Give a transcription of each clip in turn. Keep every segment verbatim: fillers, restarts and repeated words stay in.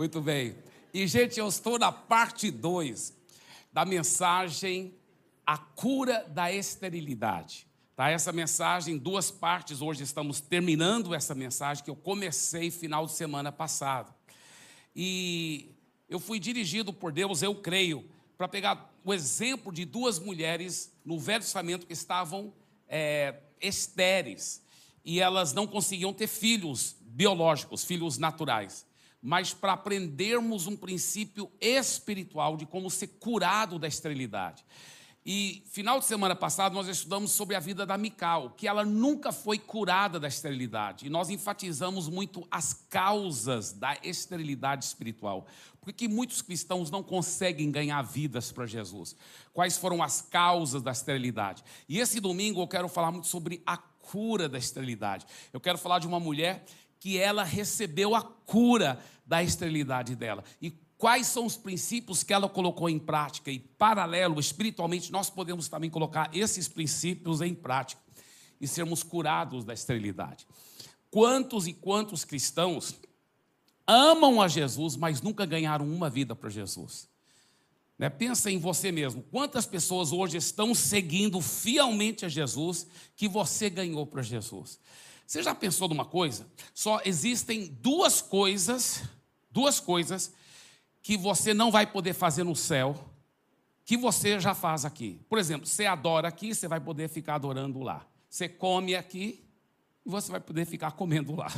Muito bem. E, gente, eu estou na parte dois da mensagem A Cura da Esterilidade. Tá? Essa mensagem, duas partes, hoje estamos terminando essa mensagem que eu comecei final de semana passado. E eu fui dirigido por Deus, eu creio, para pegar o exemplo de duas mulheres no Velho Testamento que estavam é, estéreis. E elas não conseguiam ter filhos biológicos, filhos naturais. Mas para aprendermos um princípio espiritual de como ser curado da esterilidade. E final de semana passado nós estudamos sobre a vida da Mical, que ela nunca foi curada da esterilidade. E nós enfatizamos muito as causas da esterilidade espiritual. Por que muitos cristãos não conseguem ganhar vidas para Jesus? Quais foram as causas da esterilidade? E esse domingo eu quero falar muito sobre a cura da esterilidade. Eu quero falar de uma mulher que ela recebeu a cura da esterilidade dela. E quais são os princípios que ela colocou em prática? E, paralelo, espiritualmente, nós podemos também colocar esses princípios em prática e sermos curados da esterilidade. Quantos e quantos cristãos amam a Jesus, mas nunca ganharam uma vida para Jesus? Né? Pensa em você mesmo. Quantas pessoas hoje estão seguindo fielmente a Jesus que você ganhou para Jesus? Você já pensou numa coisa? Só existem duas coisas, duas coisas que você não vai poder fazer no céu, que você já faz aqui. Por exemplo, você adora aqui, você vai poder ficar adorando lá. Você come aqui, e você vai poder ficar comendo lá.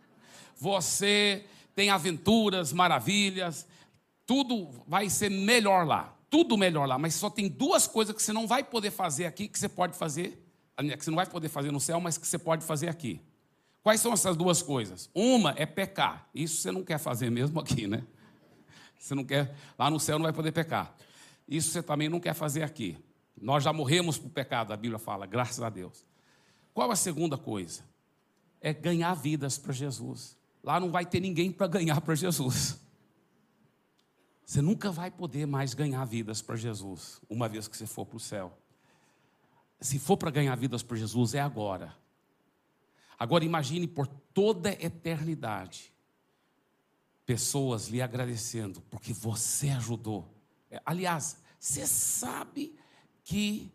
Você tem aventuras, maravilhas, tudo vai ser melhor lá. Tudo melhor lá, mas só tem duas coisas que você não vai poder fazer aqui, que você pode fazer, que você não vai poder fazer no céu, mas que você pode fazer aqui. Quais são essas duas coisas? Uma é pecar. Isso você não quer fazer mesmo aqui, né? Você não quer, lá no céu não vai poder pecar. Isso você também não quer fazer aqui. Nós já morremos por pecado, a Bíblia fala, graças a Deus. Qual a segunda coisa? É ganhar vidas para Jesus. Lá não vai ter ninguém para ganhar para Jesus. Você nunca vai poder mais ganhar vidas para Jesus, uma vez que você for para o céu. Se for para ganhar vidas para Jesus, é agora. Agora imagine por toda a eternidade, pessoas lhe agradecendo, porque você ajudou. Aliás, você sabe que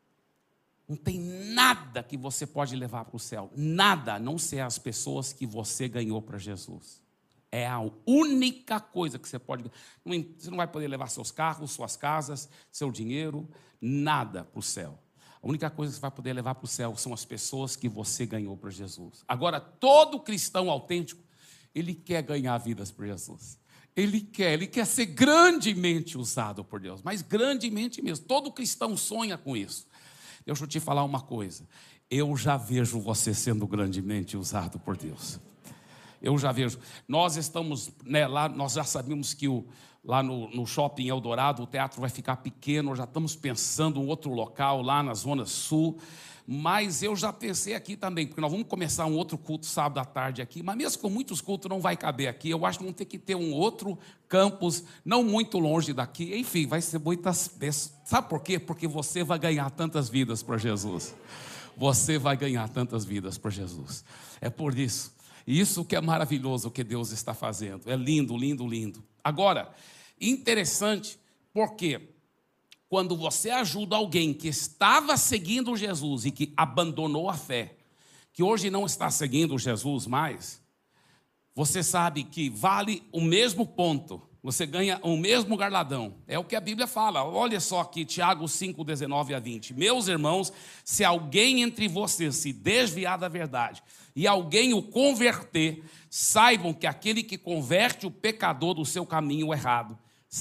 não tem nada que você pode levar para o céu. Nada, a não ser as pessoas que você ganhou para Jesus. É a única coisa que você pode... Você não vai poder levar seus carros, suas casas, seu dinheiro, nada para o céu. A única coisa que você vai poder levar para o céu são as pessoas que você ganhou para Jesus. Agora, todo cristão autêntico, ele quer ganhar vidas por Jesus. Ele quer, ele quer ser grandemente usado por Deus, mas grandemente mesmo. Todo cristão sonha com isso. Deixa eu te falar uma coisa. Eu já vejo você sendo grandemente usado por Deus. Eu já vejo. Nós estamos, né, lá, nós já sabemos que o, lá no, no shopping Eldorado, o teatro vai ficar pequeno, já estamos pensando em outro local lá na Zona Sul. Mas eu já pensei aqui também, porque nós vamos começar um outro culto sábado à tarde aqui, mas mesmo com muitos cultos não vai caber aqui, eu acho que vamos ter que ter um outro campus, não muito longe daqui, enfim, vai ser muitas pessoas. Sabe por quê? Porque você vai ganhar tantas vidas para Jesus. Você vai ganhar tantas vidas para Jesus. É por isso. Isso que é maravilhoso o que Deus está fazendo. É lindo, lindo, lindo. Agora, interessante, porque quando você ajuda alguém que estava seguindo Jesus e que abandonou a fé, que hoje não está seguindo Jesus mais, você sabe que vale o mesmo ponto, você ganha o mesmo galardão. É o que a Bíblia fala. Olha só aqui, Tiago cinco, dezenove a vinte. Meus irmãos, se alguém entre vocês se desviar da verdade e alguém o converter, saibam que aquele que converte o pecador do seu caminho errado,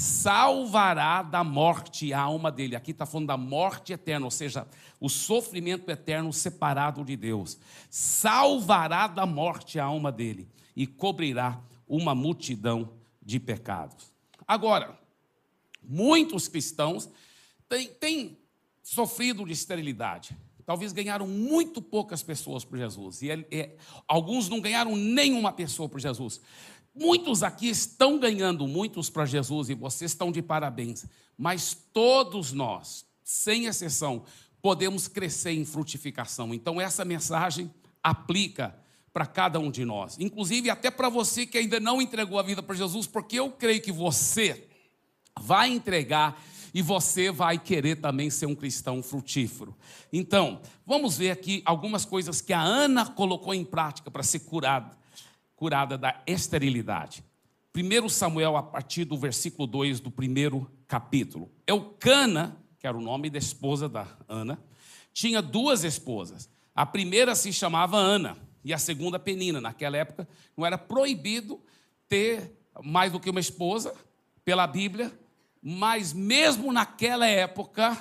salvará da morte a alma dele. Aqui está falando da morte eterna, ou seja, o sofrimento eterno separado de Deus. Salvará da morte a alma dele e cobrirá uma multidão de pecados. Agora, muitos cristãos têm, têm sofrido de esterilidade. Talvez ganharam muito poucas pessoas por Jesus. E é, é, alguns não ganharam nenhuma pessoa por Jesus. Muitos aqui estão ganhando muitos para Jesus e vocês estão de parabéns. Mas todos nós, sem exceção, podemos crescer em frutificação. Então essa mensagem aplica para cada um de nós, inclusive até para você que ainda não entregou a vida para Jesus, porque eu creio que você vai entregar e você vai querer também ser um cristão frutífero. Então, vamos ver aqui algumas coisas que a Ana colocou em prática para ser curada, curada da esterilidade. primeiro Samuel, a partir do versículo dois do primeiro capítulo. Elcana, que era o nome da esposa da Ana, tinha duas esposas. A primeira se chamava Ana e a segunda Penina. Naquela época não era proibido ter mais do que uma esposa, pela Bíblia, mas mesmo naquela época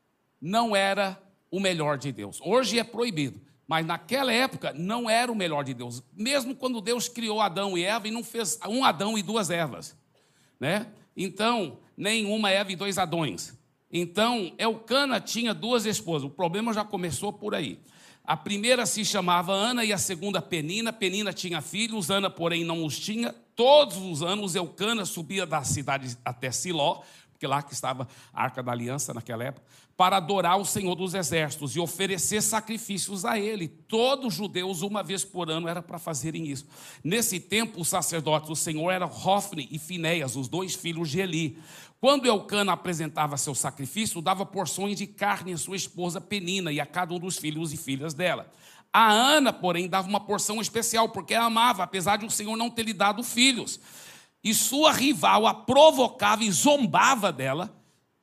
não era o melhor de Deus. Hoje é proibido, mas naquela época não era o melhor de Deus. Mesmo quando Deus criou Adão e Eva e não fez um Adão e duas Evas, né? Então, nem uma Eva e dois Adões. Então, Elcana tinha duas esposas. O problema já começou por aí. A primeira se chamava Ana e a segunda Penina. Penina tinha filhos, Ana, porém, não os tinha. Todos os anos, Elcana subia da cidade até Siló, porque lá que estava a Arca da Aliança naquela época, para adorar o Senhor dos Exércitos e oferecer sacrifícios a Ele. Todos os judeus, uma vez por ano, era para fazerem isso. Nesse tempo, os sacerdotes do Senhor eram Hofni e Finéias, os dois filhos de Eli. Quando Elcana apresentava seu sacrifício, dava porções de carne à sua esposa Penina e a cada um dos filhos e filhas dela. A Ana, porém, dava uma porção especial, porque a amava, apesar de o Senhor não ter lhe dado filhos. E sua rival a provocava e zombava dela,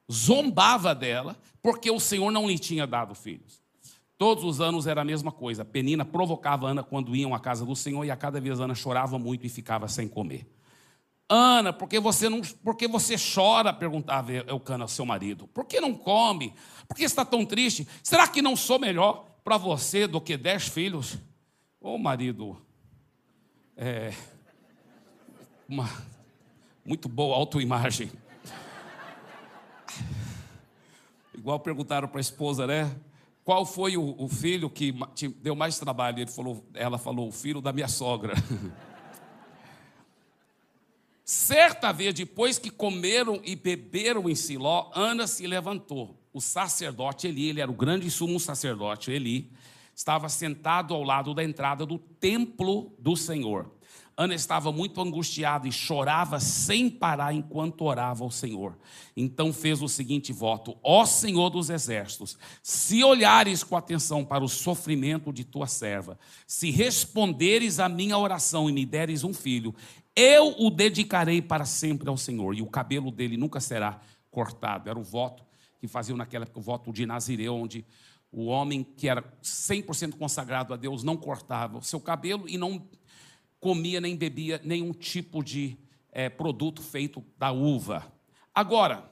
zombava dela, porque o Senhor não lhe tinha dado filhos. Todos os anos era a mesma coisa. Penina provocava Ana quando iam à casa do Senhor, e a cada vez Ana chorava muito e ficava sem comer. Ana, por que você, não, por que você chora? Perguntava Elcana ao seu marido. Por que não come? Por que está tão triste? Será que não sou melhor para você do que dez filhos? Ô marido, é uma muito boa autoimagem. Igual perguntaram para a esposa, né? Qual foi o, o filho que te deu mais trabalho? Ele falou, ela falou, o filho da minha sogra. Certa vez, depois que comeram e beberam em Siló, Ana se levantou. O sacerdote Eli, ele era o grande sumo sacerdote Eli, estava sentado ao lado da entrada do templo do Senhor. Ana estava muito angustiada e chorava sem parar enquanto orava ao Senhor. Então fez o seguinte voto: ó Senhor dos exércitos, se olhares com atenção para o sofrimento de tua serva, se responderes à minha oração e me deres um filho, eu o dedicarei para sempre ao Senhor, e o cabelo dele nunca será cortado. Era o voto que faziam naquela época, o voto de Nazireu, onde o homem que era cem por cento consagrado a Deus não cortava o seu cabelo e não comia nem bebia nenhum tipo de é, produto feito da uva. Agora,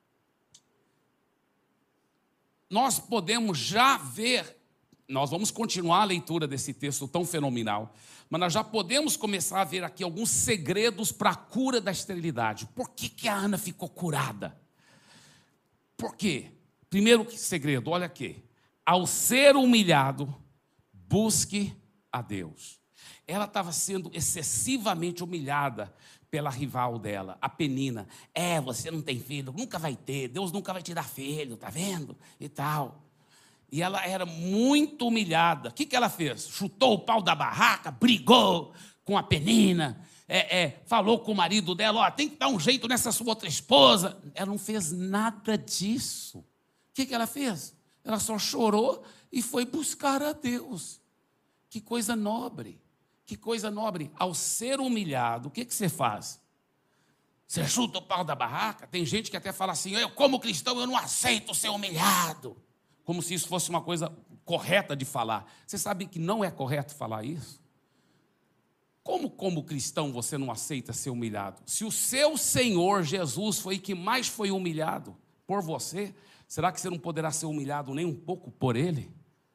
nós podemos já ver, nós vamos continuar a leitura desse texto tão fenomenal, mas nós já podemos começar a ver aqui alguns segredos para a cura da esterilidade. Por que que a Ana ficou curada? Por quê? Primeiro segredo, olha aqui. Ao ser humilhado, busque a Deus. Ela estava sendo excessivamente humilhada pela rival dela, a Penina. É, você não tem filho, nunca vai ter, Deus nunca vai te dar filho, tá vendo? E tal. E ela era muito humilhada. O que que ela fez? Chutou o pau da barraca, brigou com a Penina, é, é, falou com o marido dela, ó, tem que dar um jeito nessa sua outra esposa. Ela não fez nada disso. O que que ela fez? Ela só chorou e foi buscar a Deus. Que coisa nobre. Que coisa nobre. Ao ser humilhado, o que que você faz? Você chuta o pau da barraca? Tem gente que até fala assim, eu como cristão eu não aceito ser humilhado. Como se isso fosse uma coisa correta de falar. Você sabe que não é correto falar isso? Como como cristão você não aceita ser humilhado? Se o seu Senhor Jesus foi o que mais foi humilhado por você, será que você não poderá ser humilhado nem um pouco por Ele?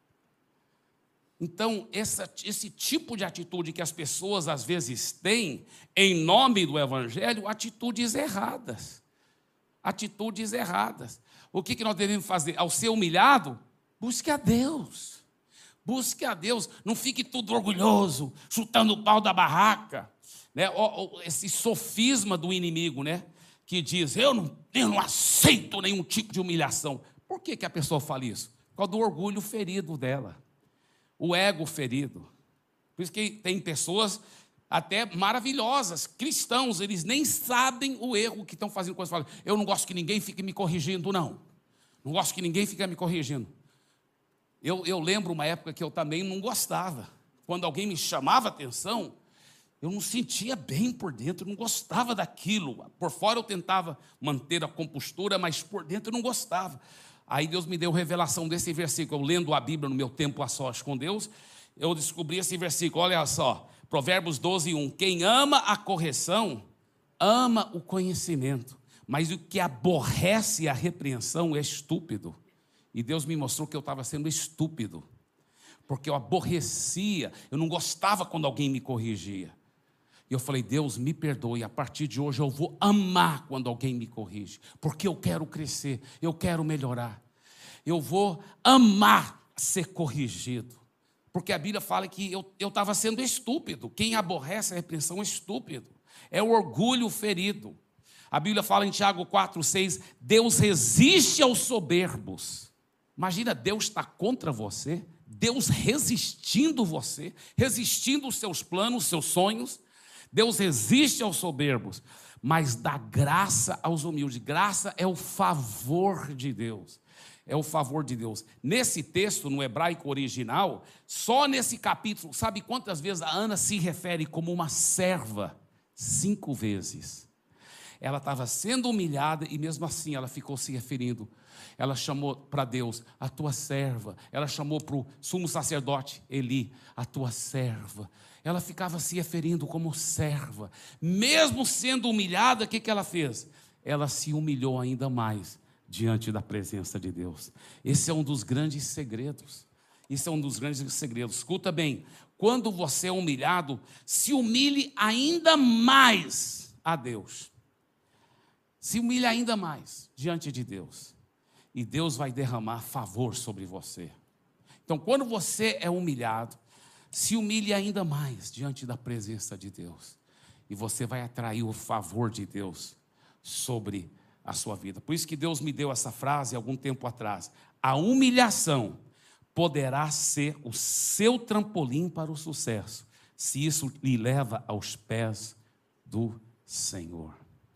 Então, essa, esse tipo de atitude que as pessoas às vezes têm em nome do Evangelho, atitudes erradas. Atitudes erradas. O que, que nós devemos fazer? Ao ser humilhado, busque a Deus. Busque a Deus. Não fique tudo orgulhoso, chutando o pau da barraca. Né? Esse sofisma do inimigo, né? Que diz, eu não, eu não aceito nenhum tipo de humilhação. Por que, que a pessoa fala isso? Por causa do orgulho ferido dela. O ego ferido. Por isso que tem pessoas até maravilhosas, cristãos, eles nem sabem o erro que estão fazendo. Quando falam, eu não gosto que ninguém fique me corrigindo, não. Não gosto que ninguém fique me corrigindo. Eu, eu lembro uma época que eu também não gostava. Quando alguém me chamava atenção, eu não sentia bem por dentro, não gostava daquilo. Por fora eu tentava manter a compostura, mas por dentro eu não gostava. Aí Deus me deu revelação desse versículo. Eu lendo a Bíblia no meu tempo a sós com Deus, eu descobri esse versículo. Olha só, Provérbios doze, um. Quem ama a correção, ama o conhecimento. Mas o que aborrece a repreensão é estúpido. E Deus me mostrou que eu estava sendo estúpido. Porque eu aborrecia, eu não gostava quando alguém me corrigia. E eu falei, Deus, me perdoe, a partir de hoje eu vou amar quando alguém me corrige, porque eu quero crescer, eu quero melhorar. Eu vou amar ser corrigido, porque a Bíblia fala que eu estava sendo estúpido. Quem aborrece a repreensão é estúpido, é o orgulho ferido. A Bíblia fala em Tiago quatro, seis, Deus resiste aos soberbos. Imagina, Deus está contra você, Deus resistindo você, resistindo os seus planos, os seus sonhos. Deus resiste aos soberbos, mas dá graça aos humildes. Graça é o favor de Deus. É o favor de Deus. Nesse texto, no hebraico original, só nesse capítulo, sabe quantas vezes a Ana se refere como uma serva? Cinco vezes. Ela estava sendo humilhada e mesmo assim ela ficou se referindo. Ela chamou para Deus, a tua serva. Ela chamou para o sumo sacerdote, Eli, a tua serva. Ela ficava se referindo como serva. Mesmo sendo humilhada, o que, que ela fez? Ela se humilhou ainda mais diante da presença de Deus. Esse é um dos grandes segredos. Isso é um dos grandes segredos. Escuta bem, quando você é humilhado, se humilhe ainda mais a Deus. Se humilhe ainda mais diante de Deus. E Deus vai derramar favor sobre você. Então, quando você é humilhado, se humilhe ainda mais diante da presença de Deus. E você vai atrair o favor de Deus sobre a sua vida. Por isso que Deus me deu essa frase algum tempo atrás. A humilhação poderá ser o seu trampolim para o sucesso, se isso lhe leva aos pés do Senhor.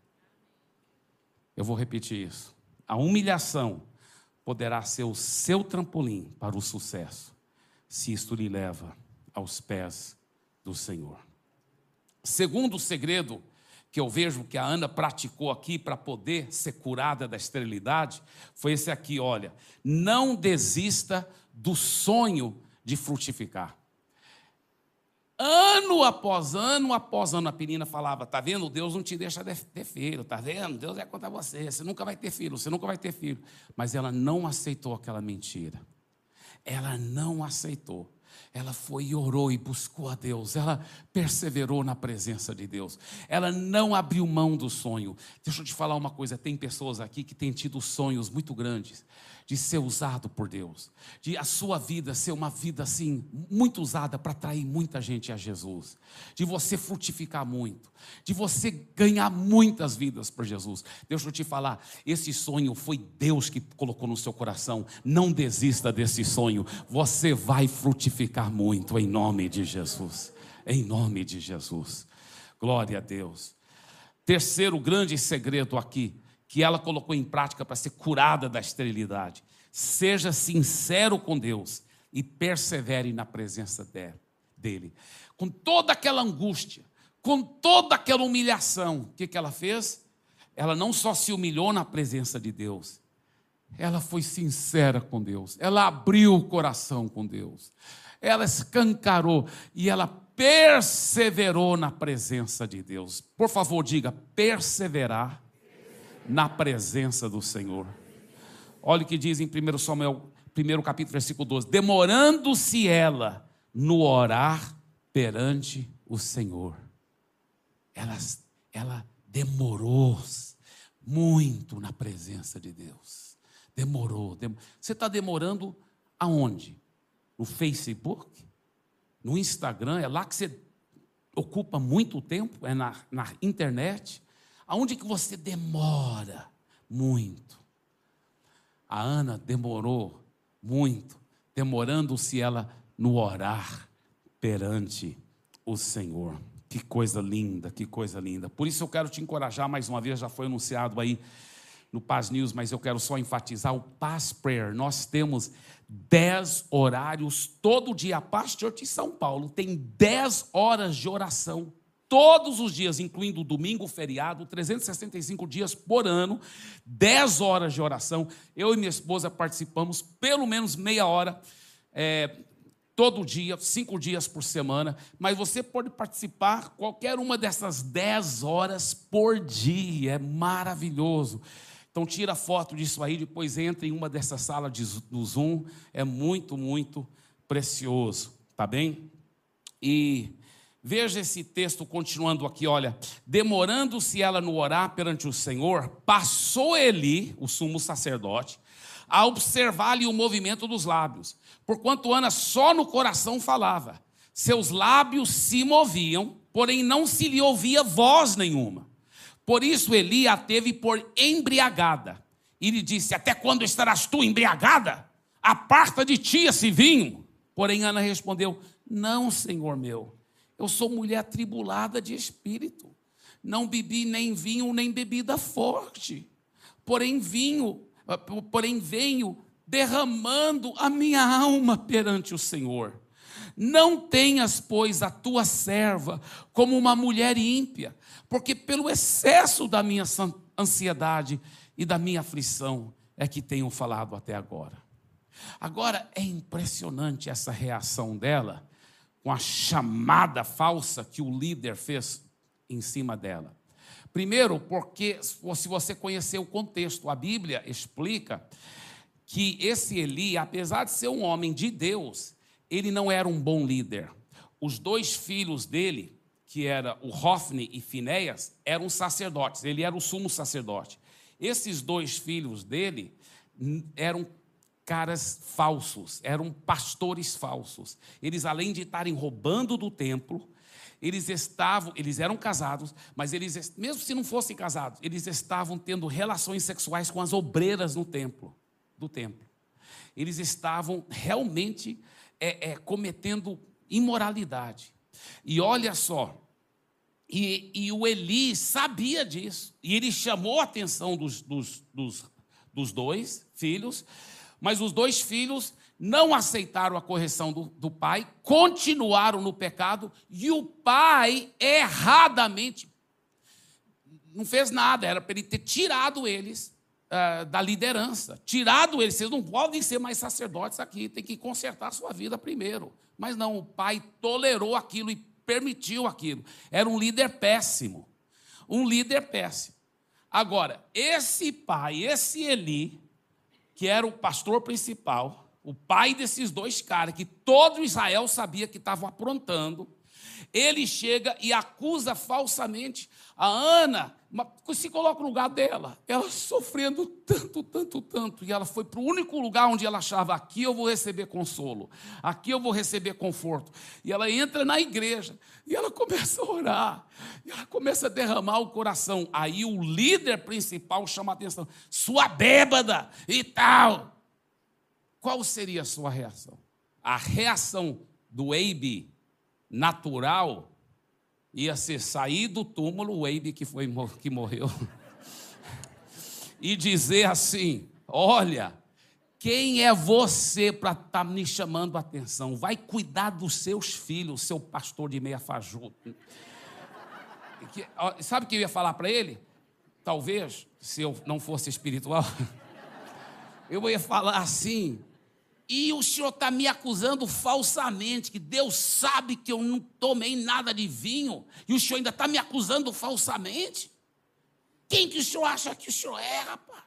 Eu vou repetir isso. A humilhação poderá ser o seu trampolim para o sucesso, se isto lhe leva aos pés do Senhor. Segundo segredo que eu vejo que a Ana praticou aqui para poder ser curada da esterilidade, foi esse aqui, olha, não desista do sonho de frutificar. Ano após ano, após ano, a menina falava, tá vendo, Deus não te deixa ter filho, tá vendo, Deus é contra você, você nunca vai ter filho, você nunca vai ter filho. Mas ela não aceitou aquela mentira, ela não aceitou. Ela foi e orou e buscou a Deus. Ela perseverou na presença de Deus. Ela não abriu mão do sonho. Deixa eu te falar uma coisa. Tem pessoas aqui que têm tido sonhos muito grandes de ser usado por Deus, de a sua vida ser uma vida assim, muito usada para atrair muita gente a Jesus, de você frutificar muito, de você ganhar muitas vidas por Jesus. Deixa eu te falar, esse sonho foi Deus que colocou no seu coração. Não desista desse sonho, você vai frutificar muito em nome de Jesus, em nome de Jesus, glória a Deus. Terceiro grande segredo aqui, que ela colocou em prática para ser curada da esterilidade. Seja sincero com Deus e persevere na presença dele. Com toda aquela angústia, com toda aquela humilhação, o que, que ela fez? Ela não só se humilhou na presença de Deus, ela foi sincera com Deus, ela abriu o coração com Deus, ela escancarou e ela perseverou na presença de Deus. Por favor, diga, perseverar na presença do Senhor. Olha o que diz em primeiro Samuel, primeiro capítulo, versículo doze. Demorando-se ela no orar perante o Senhor. Ela, ela demorou muito na presença de Deus. Demorou. Dem... Você está demorando aonde? No Facebook? No Instagram? É lá que você ocupa muito tempo? É na, na internet? Aonde que você demora muito? A Ana demorou muito, demorando-se ela no orar perante o Senhor. Que coisa linda, que coisa linda. Por isso eu quero te encorajar mais uma vez, já foi anunciado aí no Paz News, mas eu quero só enfatizar o Paz Prayer. Nós temos dez horários todo dia. A Paz Church em São Paulo tem dez horas de oração todos os dias, incluindo o domingo, o feriado, trezentos e sessenta e cinco dias por ano, dez horas de oração. Eu e minha esposa participamos pelo menos meia hora, é, todo dia, cinco dias por semana, mas você pode participar qualquer uma dessas dez horas por dia, é maravilhoso. Então tira foto disso aí, depois entra em uma dessas salas de, do Zoom, é muito, muito precioso, tá bem? E veja esse texto continuando aqui, olha, demorando-se ela no orar perante o Senhor, passou Eli, o sumo sacerdote, a observar-lhe o movimento dos lábios, porquanto Ana só no coração falava, seus lábios se moviam, porém não se lhe ouvia voz nenhuma. Por isso Eli a teve por embriagada, e lhe disse, até quando estarás tu embriagada? Aparta de ti esse vinho. Porém Ana respondeu, não, Senhor meu, eu sou mulher atribulada de espírito, não bebi nem vinho, nem bebida forte, porém vinho, porém venho derramando a minha alma perante o Senhor. Não tenhas, pois, a tua serva como uma mulher ímpia, porque pelo excesso da minha ansiedade e da minha aflição é que tenho falado até agora. Agora é impressionante essa reação dela, com a chamada falsa que o líder fez em cima dela. Primeiro, porque se você conhecer o contexto, a Bíblia explica que esse Eli, apesar de ser um homem de Deus, ele não era um bom líder. Os dois filhos dele, que era o Hofni e Finéias, eram sacerdotes, ele era o sumo sacerdote. Esses dois filhos dele eram caras falsos, eram pastores falsos. Eles, além de estarem roubando do templo, eles estavam, eles eram casados, mas eles, mesmo se não fossem casados, eles estavam tendo relações sexuais com as obreiras no templo, do templo. Eles estavam realmente é, é, cometendo imoralidade. E olha só, e, e o Eli sabia disso, e ele chamou a atenção dos, dos, dos, dos dois filhos, mas os dois filhos não aceitaram a correção do, do pai, continuaram no pecado, e o pai, erradamente, não fez nada, era para ele ter tirado eles uh, da liderança, tirado eles, vocês não podem ser mais sacerdotes aqui, tem que consertar a sua vida primeiro. Mas não, o pai tolerou aquilo e permitiu aquilo. Era um líder péssimo, um líder péssimo. Agora, esse pai, esse Eli, que era o pastor principal, o pai desses dois caras, que todo Israel sabia que estavam aprontando, ele chega e acusa falsamente a Ana, se coloca no lugar dela, ela sofrendo tanto, tanto, tanto, e ela foi para o único lugar onde ela achava, aqui eu vou receber consolo, aqui eu vou receber conforto, e ela entra na igreja, e ela começa a orar, e ela começa a derramar o coração, aí o líder principal chama a atenção, sua bêbada e tal. Qual seria a sua reação? A reação do Eibe natural ia ser sair do túmulo, o Eibe que, foi, que morreu, e dizer assim, olha, quem é você para estar tá me chamando a atenção? Vai cuidar dos seus filhos, seu pastor de meia fajuta. Sabe o que eu ia falar para ele? Talvez, se eu não fosse espiritual, eu ia falar assim, e o senhor está me acusando falsamente, que Deus sabe que eu não tomei nada de vinho, e o senhor ainda está me acusando falsamente? Quem que o senhor acha que o senhor é, rapaz?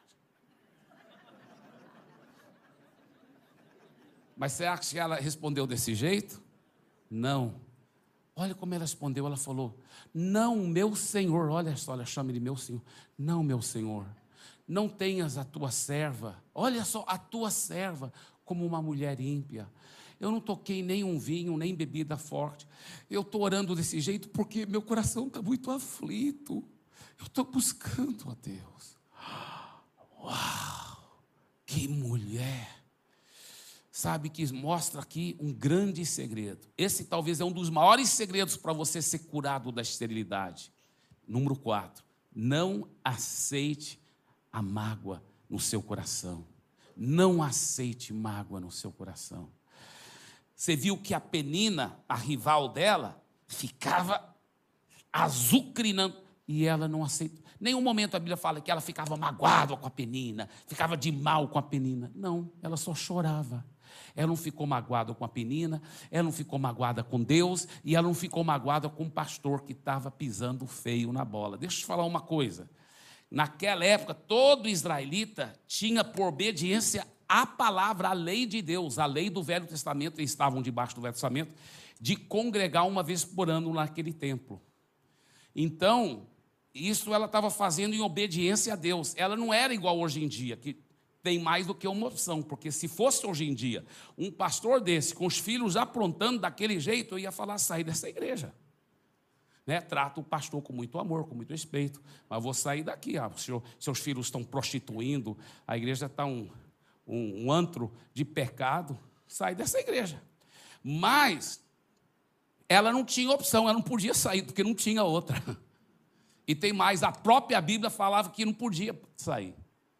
Mas você acha que ela respondeu desse jeito? Não. Olha como ela respondeu, ela falou, não, meu senhor, olha só, ela chama ele meu senhor, não, meu senhor, não tenhas a tua serva, olha só, a tua serva, como uma mulher ímpia. Eu não toquei nem um vinho, nem bebida forte. Eu estou orando desse jeito porque meu coração está muito aflito. Eu estou buscando a Deus. Uau! Que mulher! sabe que mostra aqui um grande segredo. Esse talvez é um dos maiores segredos para você ser curado da esterilidade. Número quatro, não aceite a mágoa no seu coração. Não aceite mágoa no seu coração. Você viu que a Penina, a rival dela, ficava azucrinando e ela não aceitou. Nenhum momento a Bíblia fala que ela ficava magoada com a Penina, ficava de mal com a Penina. Não, ela só chorava. Ela não ficou magoada com a Penina, ela não ficou magoada com Deus e ela não ficou magoada com o pastor que estava pisando feio na bola. Deixa eu te falar uma coisa. Naquela época, todo israelita tinha por obediência a palavra, a lei de Deus, a lei do Velho Testamento, eles estavam debaixo do Velho Testamento, de congregar uma vez por ano naquele templo. Então, isso ela estava fazendo em obediência a Deus. Ela não era igual hoje em dia, que tem mais do que uma opção, porque se fosse hoje em dia um pastor desse, com os filhos aprontando daquele jeito, eu ia falar, sair dessa igreja. Né? Trata o pastor com muito amor, com muito respeito, mas vou sair daqui. Ah, senhor, seus filhos estão prostituindo, a igreja está um, um, um antro de pecado, sai dessa igreja. Mas ela não tinha opção, ela não podia sair, porque não tinha outra. E tem mais, a própria Bíblia falava que não podia sair.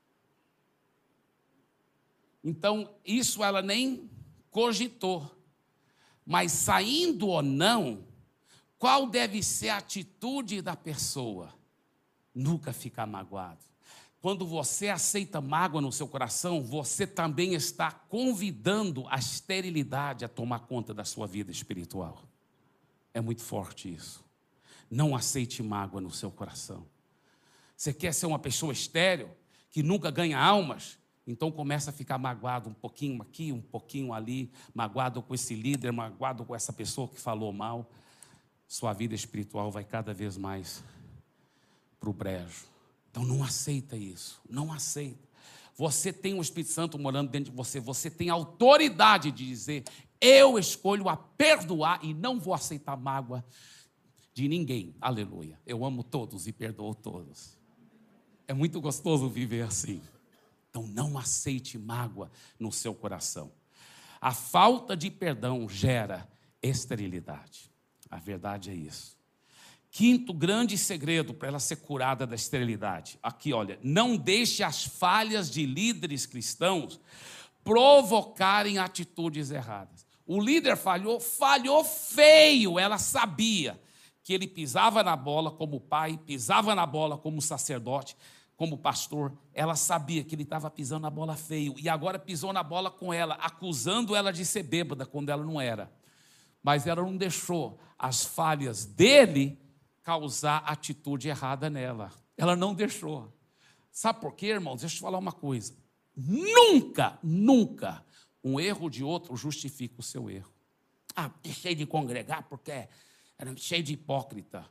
Então, isso ela nem cogitou. Mas saindo ou não, qual deve ser a atitude da pessoa? Nunca ficar magoado. Quando você aceita mágoa no seu coração, você também está convidando a esterilidade a tomar conta da sua vida espiritual. É muito forte isso. Não aceite mágoa no seu coração. Você quer ser uma pessoa estéril, que nunca ganha almas? Então começa a ficar magoado um pouquinho aqui, um pouquinho ali, magoado com esse líder, magoado com essa pessoa que falou mal. Sua vida espiritual vai cada vez mais para o brejo. Então não aceita isso, não aceita. Você tem o Espírito Santo morando dentro de você, você tem autoridade de dizer, eu escolho a perdoar e não vou aceitar mágoa de ninguém. Aleluia. Eu amo todos e perdoo todos. É muito gostoso viver assim. Então não aceite mágoa no seu coração. A falta de perdão gera esterilidade. A verdade é isso. Quinto grande segredo para ela ser curada da esterilidade. Aqui, olha, não deixe as falhas de líderes cristãos provocarem atitudes erradas. O líder falhou, falhou feio, ela sabia que ele pisava na bola como pai, pisava na bola como sacerdote, como pastor. Ela sabia que ele estava pisando na bola feio e agora pisou na bola com ela, acusando ela de ser bêbada quando ela não era. Mas ela não deixou as falhas dele causar atitude errada nela. Ela não deixou. Sabe por quê, irmãos? Deixa eu te falar uma coisa. Nunca, nunca um erro de outro justifica o seu erro. Ah, deixei de congregar porque era cheio de hipócrita.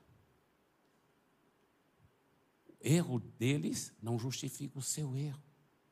O erro deles não justifica o seu erro.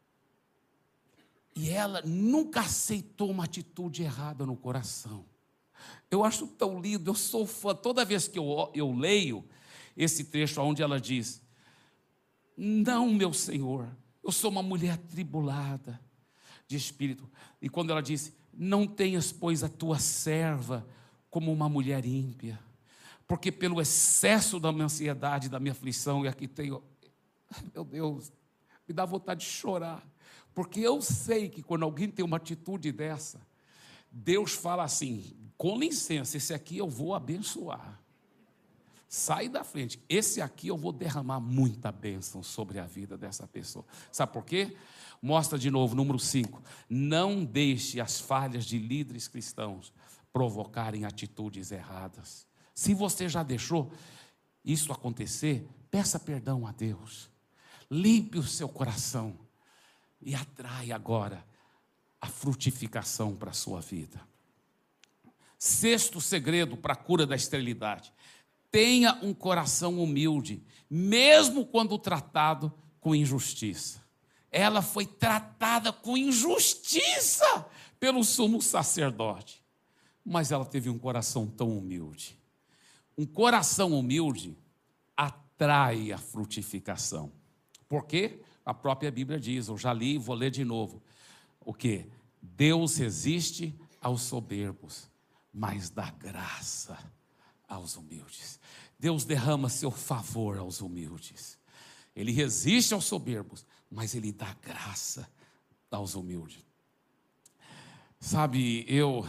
E ela nunca aceitou uma atitude errada no coração. Eu acho tão lindo, eu sou fã. Toda vez que eu, eu leio esse trecho onde ela diz, não, meu Senhor, eu sou uma mulher atribulada de espírito. E quando ela disse, não tenhas, pois, a tua serva como uma mulher ímpia, porque pelo excesso da minha ansiedade, da minha aflição, e aqui tenho, meu Deus, me dá vontade de chorar, porque eu sei que quando alguém tem uma atitude dessa, Deus fala assim, com licença, esse aqui eu vou abençoar. Sai da frente. Esse aqui eu vou derramar muita bênção sobre a vida dessa pessoa. Sabe por quê? Mostra de novo, número cinco. Não deixe as falhas de líderes cristãos provocarem atitudes erradas. Se você já deixou isso acontecer, peça perdão a Deus. Limpe o seu coração e atrai agora a frutificação para a sua vida. Sexto segredo para a cura da esterilidade. Tenha um coração humilde, mesmo quando tratado com injustiça. Ela foi tratada com injustiça pelo sumo sacerdote, mas ela teve um coração tão humilde. Um coração humilde atrai a frutificação. Por quê? A própria Bíblia diz, eu já li e vou ler de novo. O quê? Deus resiste aos soberbos, mas dá graça aos humildes. Deus derrama seu favor aos humildes. Ele resiste aos soberbos, mas Ele dá graça aos humildes. Sabe, eu,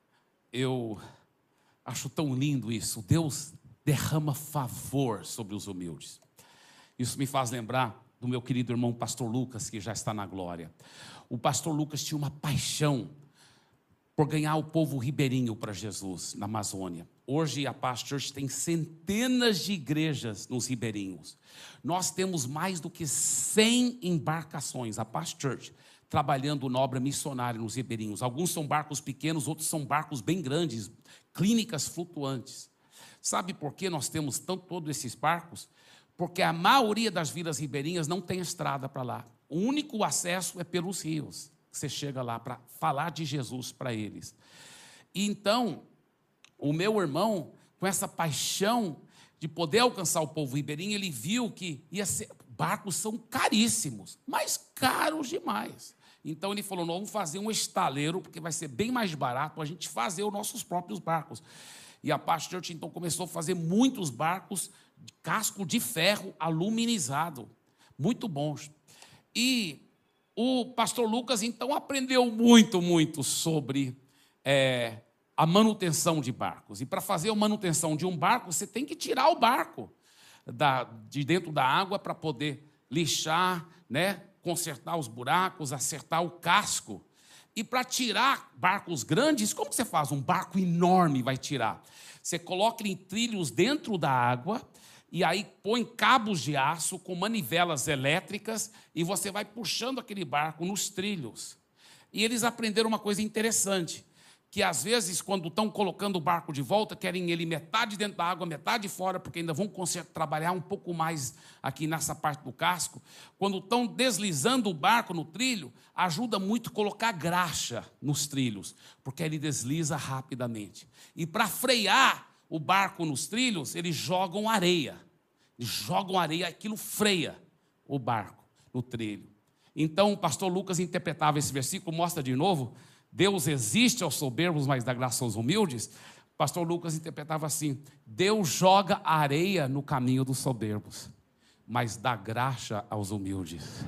eu acho tão lindo isso. Deus derrama favor sobre os humildes. Isso me faz lembrar do meu querido irmão pastor Lucas, que já está na glória. O pastor Lucas tinha uma paixão por ganhar o povo ribeirinho para Jesus, na Amazônia. Hoje a Paz Church tem centenas de igrejas nos ribeirinhos. Nós temos mais do que cem embarcações, a Paz Church, trabalhando na obra missionária nos ribeirinhos. Alguns são barcos pequenos, outros são barcos bem grandes, clínicas flutuantes. Sabe por que nós temos tanto, todos esses barcos? Porque a maioria das vilas ribeirinhas não tem estrada para lá. O único acesso é pelos rios. Você chega lá para falar de Jesus para eles. E então, o meu irmão, com essa paixão de poder alcançar o povo ribeirinho, ele viu que ia ser, barcos são caríssimos, mas caros demais. Então ele falou, não, vamos fazer um estaleiro, porque vai ser bem mais barato a gente fazer os nossos próprios barcos. E a Paz Church, então, começou a fazer muitos barcos de casco de ferro aluminizado, muito bons. E o pastor Lucas, então, aprendeu muito, muito sobre é, a manutenção de barcos. E para fazer a manutenção de um barco, você tem que tirar o barco da, de dentro da água para poder lixar, né, consertar os buracos, acertar o casco. E para tirar barcos grandes, como você faz? Um barco enorme vai tirar. Você coloca ele em trilhos dentro da água, e aí põe cabos de aço com manivelas elétricas, e você vai puxando aquele barco nos trilhos. E eles aprenderam uma coisa interessante, que às vezes, quando estão colocando o barco de volta, querem ele metade dentro da água, metade fora, porque ainda vão trabalhar um pouco mais aqui nessa parte do casco. Quando estão deslizando o barco no trilho, ajuda muito colocar graxa nos trilhos, porque ele desliza rapidamente. E para frear o barco nos trilhos, eles jogam areia. Eles jogam areia, aquilo freia o barco no trilho. Então, o pastor Lucas interpretava esse versículo, mostra de novo, Deus resiste aos soberbos, mas dá graça aos humildes. O pastor Lucas interpretava assim, Deus joga areia no caminho dos soberbos, mas dá graça aos humildes.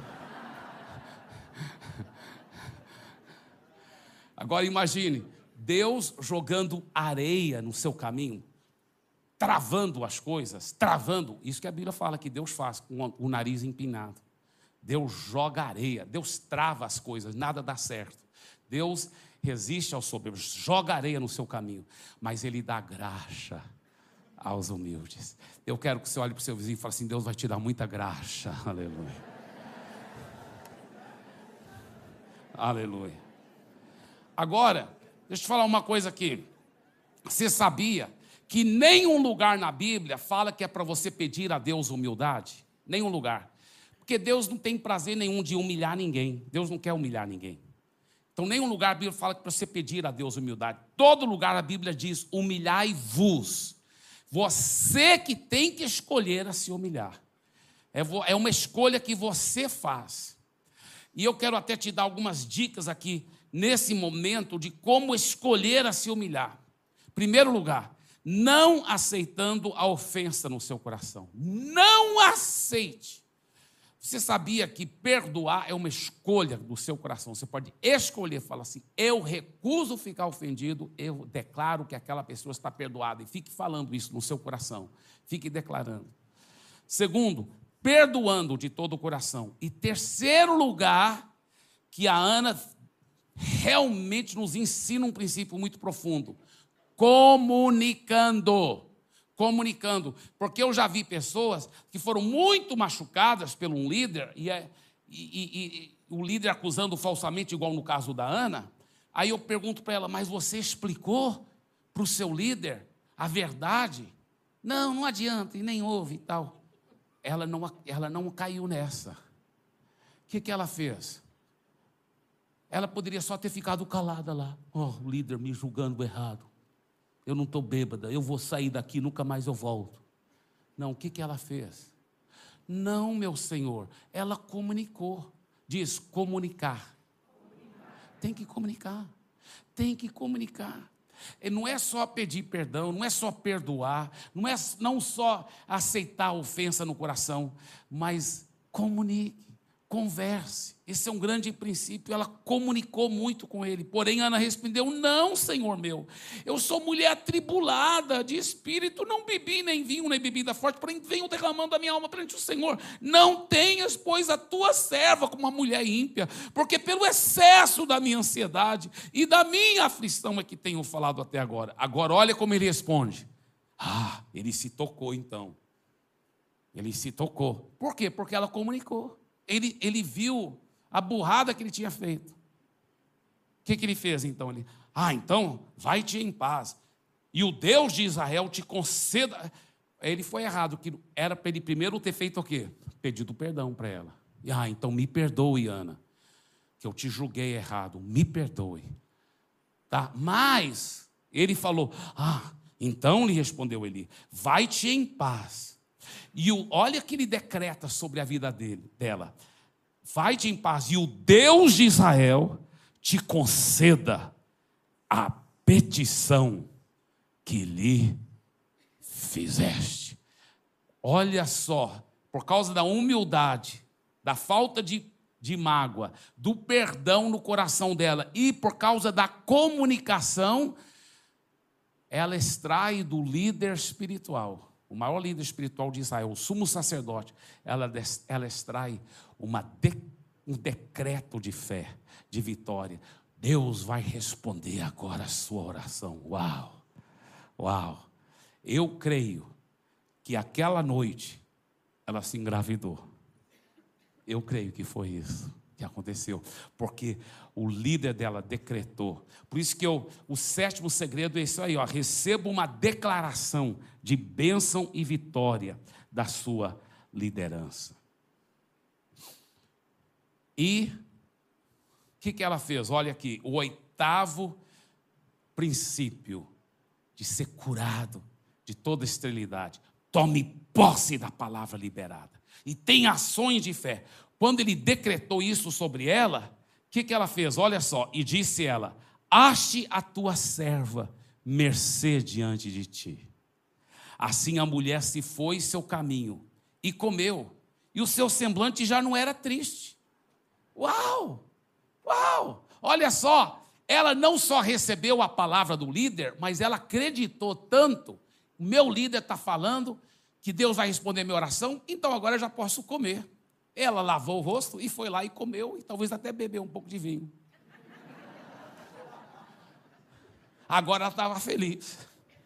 Agora imagine, Deus jogando areia no seu caminho, travando as coisas, travando, isso que a Bíblia fala que Deus faz com o nariz empinado. Deus joga areia, Deus trava as coisas, nada dá certo. Deus resiste aos soberbos, joga areia no seu caminho, mas Ele dá graça aos humildes. Eu quero que você olhe para o seu vizinho e fale assim, Deus vai te dar muita graça, aleluia. Aleluia. Agora, deixa eu te falar uma coisa aqui. Você sabia que nenhum lugar na Bíblia fala que é para você pedir a Deus humildade? Nenhum lugar. Porque Deus não tem prazer nenhum de humilhar ninguém. Deus não quer humilhar ninguém. Então, nenhum lugar a Bíblia fala que para você pedir a Deus humildade. Todo lugar a Bíblia diz, humilhai-vos. Você que tem que escolher a se humilhar. É uma escolha que você faz. E eu quero até te dar algumas dicas aqui, nesse momento, de como escolher a se humilhar. Primeiro lugar, não aceitando a ofensa no seu coração. Não aceite. Você sabia que perdoar é uma escolha do seu coração? Você pode escolher, falar assim, eu recuso ficar ofendido, eu declaro que aquela pessoa está perdoada. E fique falando isso no seu coração. Fique declarando. Segundo, perdoando de todo o coração. E terceiro lugar, que a Ana realmente nos ensina um princípio muito profundo. Comunicando. Comunicando, porque eu já vi pessoas que foram muito machucadas por um líder, e, é, e, e, e o líder acusando falsamente, igual no caso da Ana. Aí eu pergunto para ela, mas você explicou para o seu líder a verdade? Não, não adianta, e nem houve e tal. Ela não, ela não caiu nessa. O que, que ela fez? Ela poderia só ter ficado calada lá. Oh, o líder me julgando errado. Eu não estou bêbada, eu vou sair daqui, nunca mais eu volto. Não, o que, que ela fez? Não, meu Senhor, ela comunicou. Diz, comunicar. comunicar. tem que comunicar. Tem que comunicar. E não é só pedir perdão, não é só perdoar, não é não só aceitar a ofensa no coração, mas comunique, converse. Esse é um grande princípio. Ela comunicou muito com ele, porém Ana respondeu: não, Senhor meu, eu sou mulher atribulada de espírito, não bebi nem vinho, nem bebida forte, porém venho derramando a minha alma perante o Senhor. Não tenhas, pois, a tua serva como uma mulher ímpia, porque pelo excesso da minha ansiedade e da minha aflição é que tenho falado até agora. Agora olha como ele responde. Ah, ele se tocou então. Ele se tocou. Por quê? Porque ela comunicou. Ele, ele viu a burrada que ele tinha feito. O que, que ele fez então? Ele, ah, então vai-te em paz, e o Deus de Israel te conceda. Ele foi errado, que era para ele primeiro ter feito o quê? Pedido perdão para ela. E, ah, então me perdoe, Ana, que eu te julguei errado, me perdoe. Tá? Mas ele falou: ah, então lhe respondeu ele, vai-te em paz. E o, olha que ele decreta sobre a vida dele, dela. Vai-te em paz, e o Deus de Israel te conceda a petição que lhe fizeste. Olha só, por causa da humildade, da falta de, de mágoa, do perdão no coração dela, e por causa da comunicação, ela extrai do líder espiritual, o maior líder espiritual de Israel, o sumo sacerdote, ela, ela extrai uma de, um decreto de fé, de vitória. Deus vai responder agora a sua oração. Uau, uau. Eu creio que aquela noite ela se engravidou. Eu creio que foi isso que aconteceu, porque o líder dela decretou. Por isso que eu, o sétimo segredo é isso aí, ó, receba uma declaração de bênção e vitória da sua liderança. E o que, que ela fez? Olha aqui, o oitavo princípio de ser curado de toda esterilidade. Tome posse da palavra liberada e tenha ações de fé. Quando ele decretou isso sobre ela, o que, que ela fez? Olha só, e disse ela: ache a tua serva mercê diante de ti. Assim a mulher se foi seu caminho e comeu, e o seu semblante já não era triste. Uau! Uau! Olha só, ela não só recebeu a palavra do líder, mas ela acreditou tanto. O meu líder está falando que Deus vai responder a minha oração, então agora eu já posso comer. Ela lavou o rosto e foi lá e comeu, e talvez até bebeu um pouco de vinho. Agora ela estava feliz.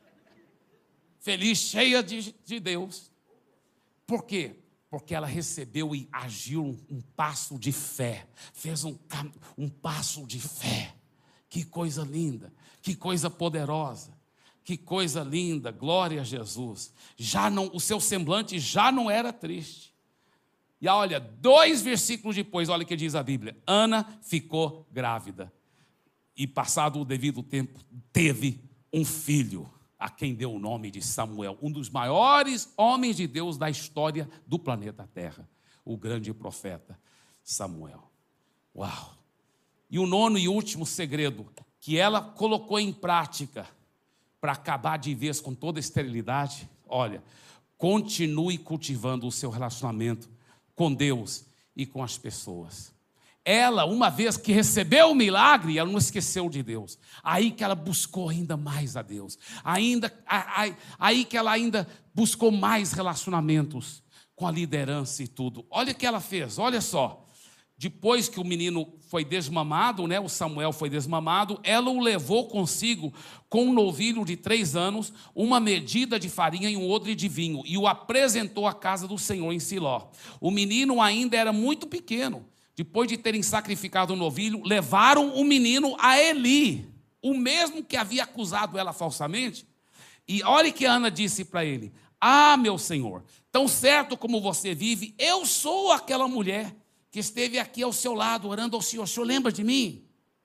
Feliz, cheia de, de Deus. Por quê? Porque ela recebeu e agiu um, um passo de fé. Fez um, um passo de fé. Que coisa linda, que coisa poderosa. Que coisa linda, glória a Jesus. Já não, o seu semblante já não era triste. E olha, dois versículos depois, olha o que diz a Bíblia. Ana ficou grávida. E passado o devido tempo, teve um filho, a quem deu o nome de Samuel. Um dos maiores homens de Deus da história do planeta Terra. O grande profeta Samuel. Uau! E o nono e último segredo, que ela colocou em prática, para acabar de vez com toda a esterilidade. Olha, continue cultivando o seu relacionamento com Deus e com as pessoas. Ela, uma vez que recebeu o milagre, ela não esqueceu de Deus. Aí que ela buscou ainda mais a Deus. Ainda, aí, aí que ela ainda buscou mais relacionamentos com a liderança e tudo. Olha o que ela fez, olha só. Depois que o menino foi desmamado, né, o Samuel foi desmamado, ela o levou consigo com um novilho de três anos, uma medida de farinha e um odre de vinho, e o apresentou à casa do Senhor em Siló. O menino ainda era muito pequeno. Depois de terem sacrificado o novilho, levaram o menino a Eli, o mesmo que havia acusado ela falsamente. E olha que Ana disse para ele: ah, meu senhor, tão certo como você vive, eu sou aquela mulher que esteve aqui ao seu lado, orando ao Senhor. O Senhor lembra de mim?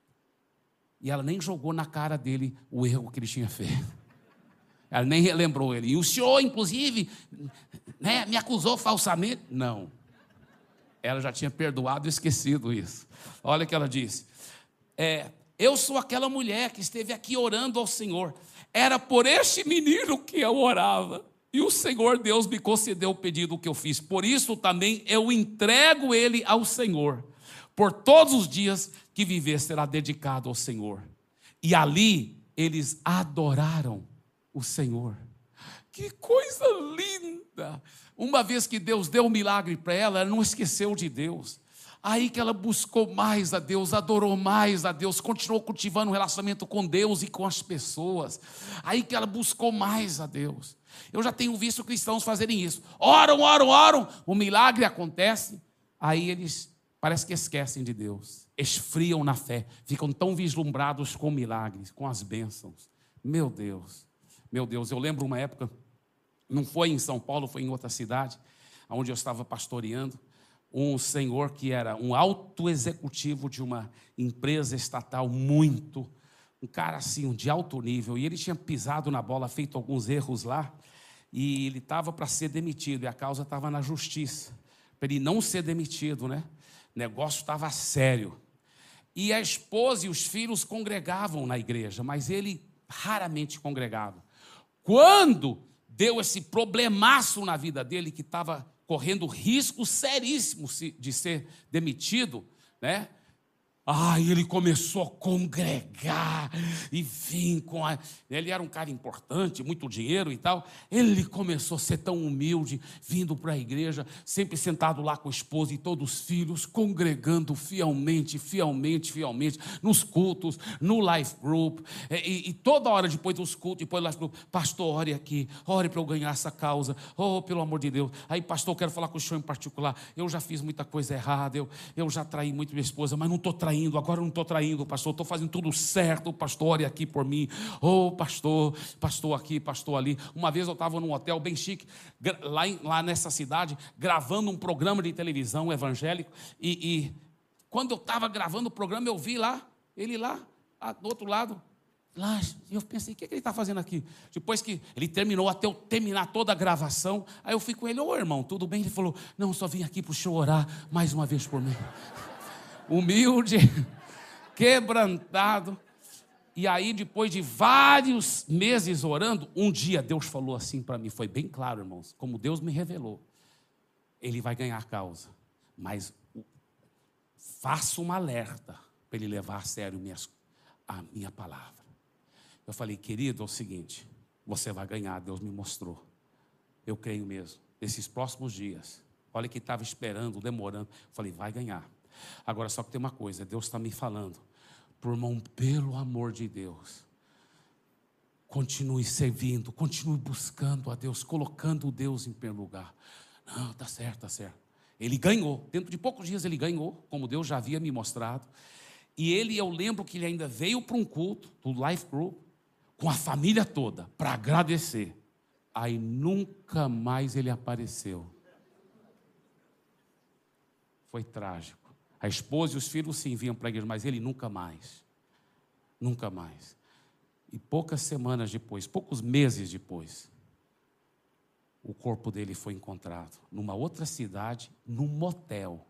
E ela nem jogou na cara dele o erro que ele tinha feito. Ela nem relembrou ele. E o Senhor, inclusive, né, me acusou falsamente. Não. Ela já tinha perdoado e esquecido isso. Olha o que ela disse. é, eu sou aquela mulher que esteve aqui orando ao Senhor. Era por este menino que eu orava. E o Senhor Deus me concedeu o pedido que eu fiz. Por isso também eu entrego ele ao Senhor. Por todos os dias que viver será dedicado ao Senhor. E ali eles adoraram o Senhor. Que coisa linda! Uma vez que Deus deu um milagre para ela, ela não esqueceu de Deus. Aí que ela buscou mais a Deus, adorou mais a Deus, continuou cultivando um relacionamento com Deus e com as pessoas. Aí que ela buscou mais a Deus. Eu já tenho visto cristãos fazerem isso. Oram, oram, oram, o milagre acontece, aí eles parece que esquecem de Deus, esfriam na fé, ficam tão vislumbrados com milagres, com as bênçãos. Meu Deus, meu Deus, eu lembro uma época, não foi em São Paulo, foi em outra cidade, onde eu estava pastoreando, um senhor que era um alto executivo de uma empresa estatal muito, um cara assim, de alto nível, e ele tinha pisado na bola, feito alguns erros lá, e ele estava para ser demitido, e a causa estava na justiça, para ele não ser demitido, né? O negócio estava sério. E a esposa e os filhos congregavam na igreja, mas ele raramente congregava. Quando deu esse problemaço na vida dele, que estava correndo risco seríssimo de ser demitido, né? Aí ele começou a congregar e vir com a... Ele era um cara importante, muito dinheiro e tal. Ele começou a ser tão humilde, vindo para a igreja, sempre sentado lá com a esposa e todos os filhos, congregando fielmente, fielmente, fielmente, nos cultos, no life group. E, e toda hora depois dos cultos, depois do life group, pastor, ore aqui, ore para eu ganhar essa causa. Oh, pelo amor de Deus. Aí, pastor, eu quero falar com o senhor em particular. Eu já fiz muita coisa errada, eu, eu já traí muito minha esposa, mas não estou traindo. Agora eu não estou traindo, pastor, estou fazendo tudo certo, pastor, ore aqui por mim. Oh, pastor, pastor aqui, pastor ali. Uma vez eu estava num hotel bem chique, lá, em, lá nessa cidade, gravando um programa de televisão evangélico, e, e quando eu estava gravando o programa, eu vi lá, ele lá, do outro lado, lá, e eu pensei, o que, é que ele está fazendo aqui? Depois que ele terminou, até eu terminar toda a gravação, aí eu fui com ele, ô irmão, tudo bem? Ele falou, não, só vim aqui para o senhor orar mais uma vez por mim. Humilde, quebrantado. E aí, depois de vários meses orando, um dia Deus falou assim para mim, foi bem claro, irmãos, como Deus me revelou. Ele vai ganhar a causa, mas faça um alerta para ele levar a sério minhas, a minha palavra. Eu falei, querido, é o seguinte, você vai ganhar, Deus me mostrou. Eu creio mesmo, esses próximos dias, olha que estava esperando, demorando, eu falei, vai ganhar. Agora, só que tem uma coisa, Deus está me falando, por irmão, pelo amor de Deus, continue servindo, continue buscando a Deus, colocando o Deus em primeiro lugar. Não, está certo, está certo. Ele ganhou, dentro de poucos dias ele ganhou, como Deus já havia me mostrado. E ele, eu lembro que ele ainda veio para um culto, do Life Group, com a família toda, para agradecer. Aí nunca mais ele apareceu. Foi trágico. A esposa e os filhos sim vinham para a igreja, mas ele nunca mais. Nunca mais. E poucas semanas depois, poucos meses depois, o corpo dele foi encontrado numa outra cidade, num motel.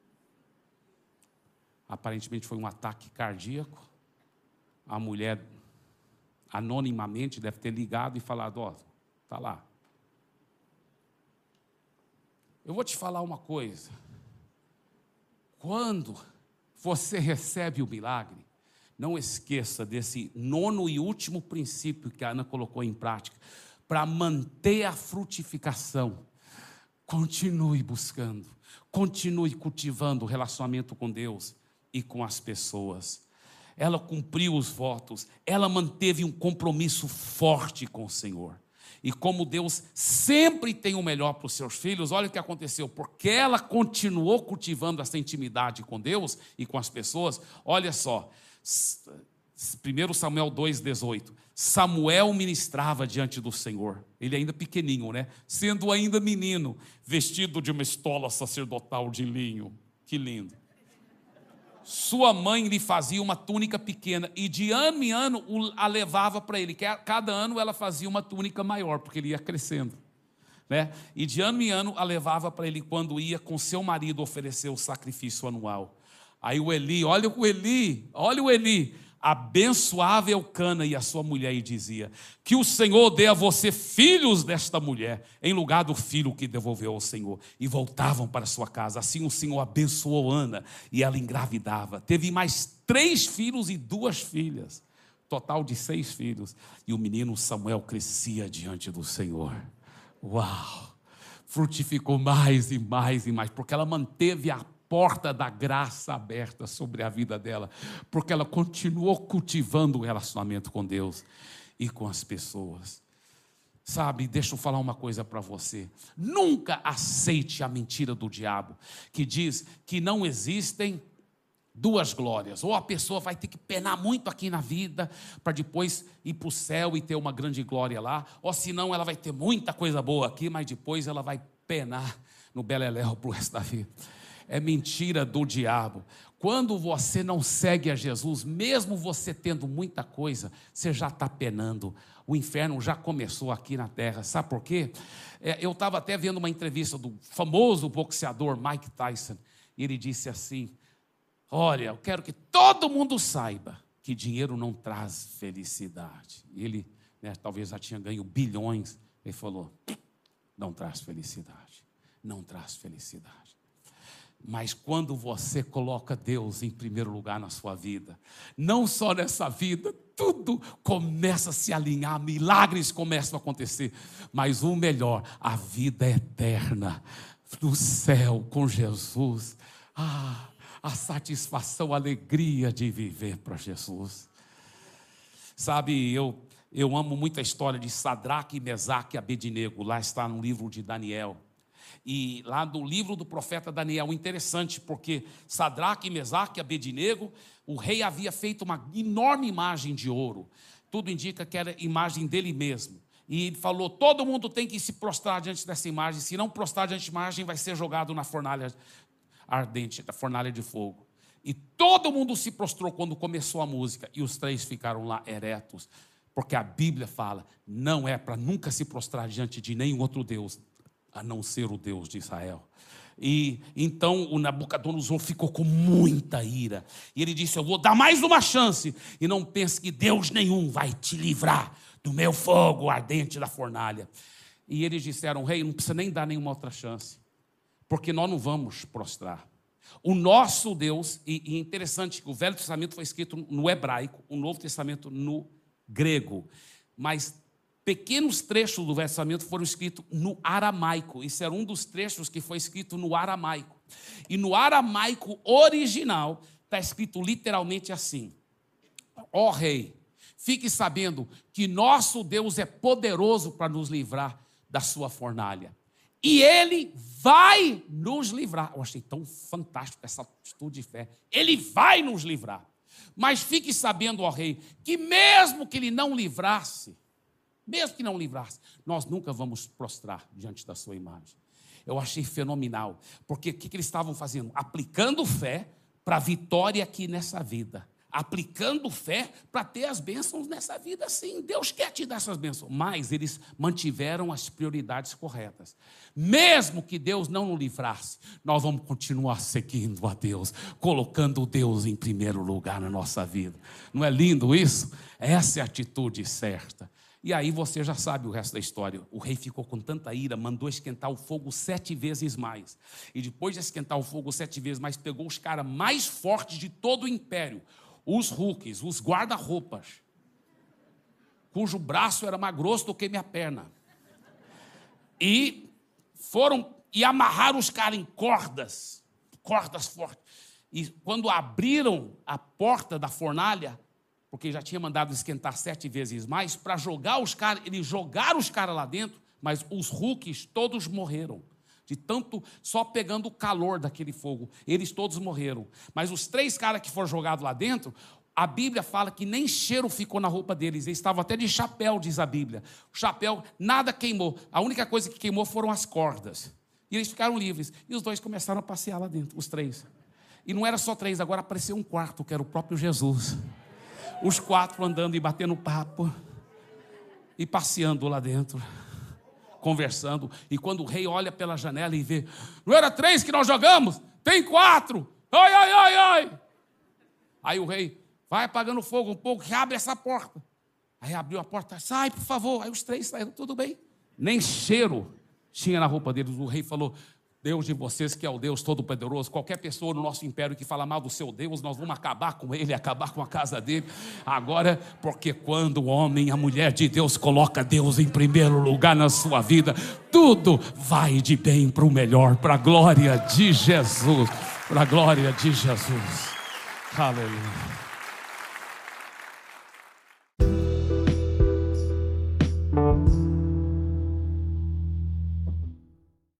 Aparentemente foi um ataque cardíaco. A mulher, anonimamente, deve ter ligado e falado, ó, está lá. Eu vou te falar uma coisa. Quando você recebe o milagre, não esqueça desse nono e último princípio que a Ana colocou em prática. Para manter a frutificação, continue buscando, continue cultivando o relacionamento com Deus e com as pessoas. Ela cumpriu os votos, ela manteve um compromisso forte com o Senhor. E como Deus sempre tem o melhor para os seus filhos, olha o que aconteceu, porque ela continuou cultivando essa intimidade com Deus e com as pessoas. Olha só, primeiro Samuel dois, dezoito, Samuel ministrava diante do Senhor, ele ainda pequenininho, né? Sendo ainda menino, vestido de uma estola sacerdotal de linho, que lindo. Sua mãe lhe fazia uma túnica pequena e de ano em ano a levava para ele. Cada ano ela fazia uma túnica maior, porque ele ia crescendo, né? E de ano em ano a levava para ele quando ia com seu marido oferecer o sacrifício anual. Aí o Eli, olha o Eli, olha o Eli, abençoava Eucana e a sua mulher e dizia: que o Senhor dê a você filhos desta mulher, em lugar do filho que devolveu ao Senhor. E voltavam para sua casa. Assim o Senhor abençoou Ana e ela engravidava. Teve mais três filhos e duas filhas, total de seis filhos. E o menino Samuel crescia diante do Senhor. Uau! Frutificou mais e mais e mais, porque ela manteve a porta da graça aberta sobre a vida dela, porque ela continuou cultivando o relacionamento com Deus e com as pessoas. Sabe, deixa eu falar uma coisa para você. Nunca aceite a mentira do diabo, que diz que não existem duas glórias. Ou a pessoa vai ter que penar muito aqui na vida, para depois ir para o céu e ter uma grande glória lá, ou senão ela vai ter muita coisa boa aqui, mas depois ela vai penar no beleléu para o resto da vida. É mentira do diabo. Quando você não segue a Jesus, mesmo você tendo muita coisa, você já está penando. O inferno já começou aqui na terra. Sabe por quê? É, eu estava até vendo uma entrevista do famoso boxeador Mike Tyson, e ele disse assim: olha, eu quero que todo mundo saiba que dinheiro não traz felicidade. Ele, né, talvez já tinha ganho bilhões. Ele falou: não traz felicidade, não traz felicidade. Mas quando você coloca Deus em primeiro lugar na sua vida, não só nessa vida, tudo começa a se alinhar, milagres começam a acontecer, mas o melhor, a vida eterna, no céu com Jesus. Ah, a satisfação, a alegria de viver para Jesus. Sabe, eu, eu amo muito a história de Sadraque, Mesaque e Abednego. Lá está no livro de Daniel. E lá no livro do profeta Daniel, interessante, porque Sadraque, Mesaque e Abednego, o rei havia feito uma enorme imagem de ouro. Tudo indica que era imagem dele mesmo. E ele falou: todo mundo tem que se prostrar diante dessa imagem. Se não prostrar diante da imagem, vai ser jogado na fornalha ardente, da fornalha de fogo. E todo mundo se prostrou quando começou a música. E os três ficaram lá eretos. Porque a Bíblia fala: não é para nunca se prostrar diante de nenhum outro Deus, a não ser o Deus de Israel. E então o Nabucodonosor ficou com muita ira. E ele disse: eu vou dar mais uma chance. E não pense que Deus nenhum vai te livrar do meu fogo ardente da fornalha. E eles disseram: rei, não precisa nem dar nenhuma outra chance, porque nós não vamos prostrar. O nosso Deus, e é interessante que o Velho Testamento foi escrito no hebraico, o Novo Testamento no grego, mas pequenos trechos do Velho Testamento foram escritos no aramaico. Isso era um dos trechos que foi escrito no aramaico. E no aramaico original está escrito literalmente assim: ó rei, fique sabendo que nosso Deus é poderoso para nos livrar da sua fornalha. E Ele vai nos livrar. Eu achei tão fantástico essa atitude de fé. Ele vai nos livrar. Mas fique sabendo, ó rei, que mesmo que Ele não livrasse, mesmo que não livrasse, nós nunca vamos prostrar diante da sua imagem. Eu achei fenomenal, porque o que, que eles estavam fazendo? Aplicando fé para a vitória aqui nessa vida. Aplicando fé para ter as bênçãos nessa vida, sim. Deus quer te dar essas bênçãos, mas eles mantiveram as prioridades corretas. Mesmo que Deus não nos livrasse, nós vamos continuar seguindo a Deus, colocando Deus em primeiro lugar na nossa vida. Não é lindo isso? Essa é a atitude certa. E aí você já sabe o resto da história. O rei ficou com tanta ira, mandou esquentar o fogo sete vezes mais. E depois de esquentar o fogo sete vezes mais, pegou os caras mais fortes de todo o império, os rookies, os guarda-roupas, cujo braço era mais grosso do que minha perna. E foram e amarraram os caras em cordas, cordas fortes. E quando abriram a porta da fornalha, porque já tinha mandado esquentar sete vezes mais, para jogar os caras, eles jogaram os caras lá dentro, mas os rookies todos morreram. De tanto, só pegando o calor daquele fogo. Eles todos morreram. Mas os três caras que foram jogados lá dentro, a Bíblia fala que nem cheiro ficou na roupa deles. Eles estavam até de chapéu, diz a Bíblia. O chapéu, nada queimou. A única coisa que queimou foram as cordas. E eles ficaram livres. E os dois começaram a passear lá dentro, os três. E não era só três, agora apareceu um quarto, que era o próprio Jesus. Os quatro andando e batendo papo. E passeando lá dentro. Conversando, e quando o rei olha pela janela e vê: não era três que nós jogamos? Tem quatro. Ai, ai, ai, ai. Aí o rei, vai apagando fogo um pouco, que abre essa porta. Aí abriu a porta, sai, por favor. Aí os três saíram, tudo bem. Nem cheiro tinha na roupa deles. O rei falou, Deus de vocês, que é o Deus Todo-Poderoso, qualquer pessoa no nosso império que fala mal do seu Deus, nós vamos acabar com ele, acabar com a casa dele. Agora, porque quando o homem e a mulher de Deus coloca Deus em primeiro lugar na sua vida, tudo vai de bem para o melhor, para a glória de Jesus, para a glória de Jesus. Aleluia.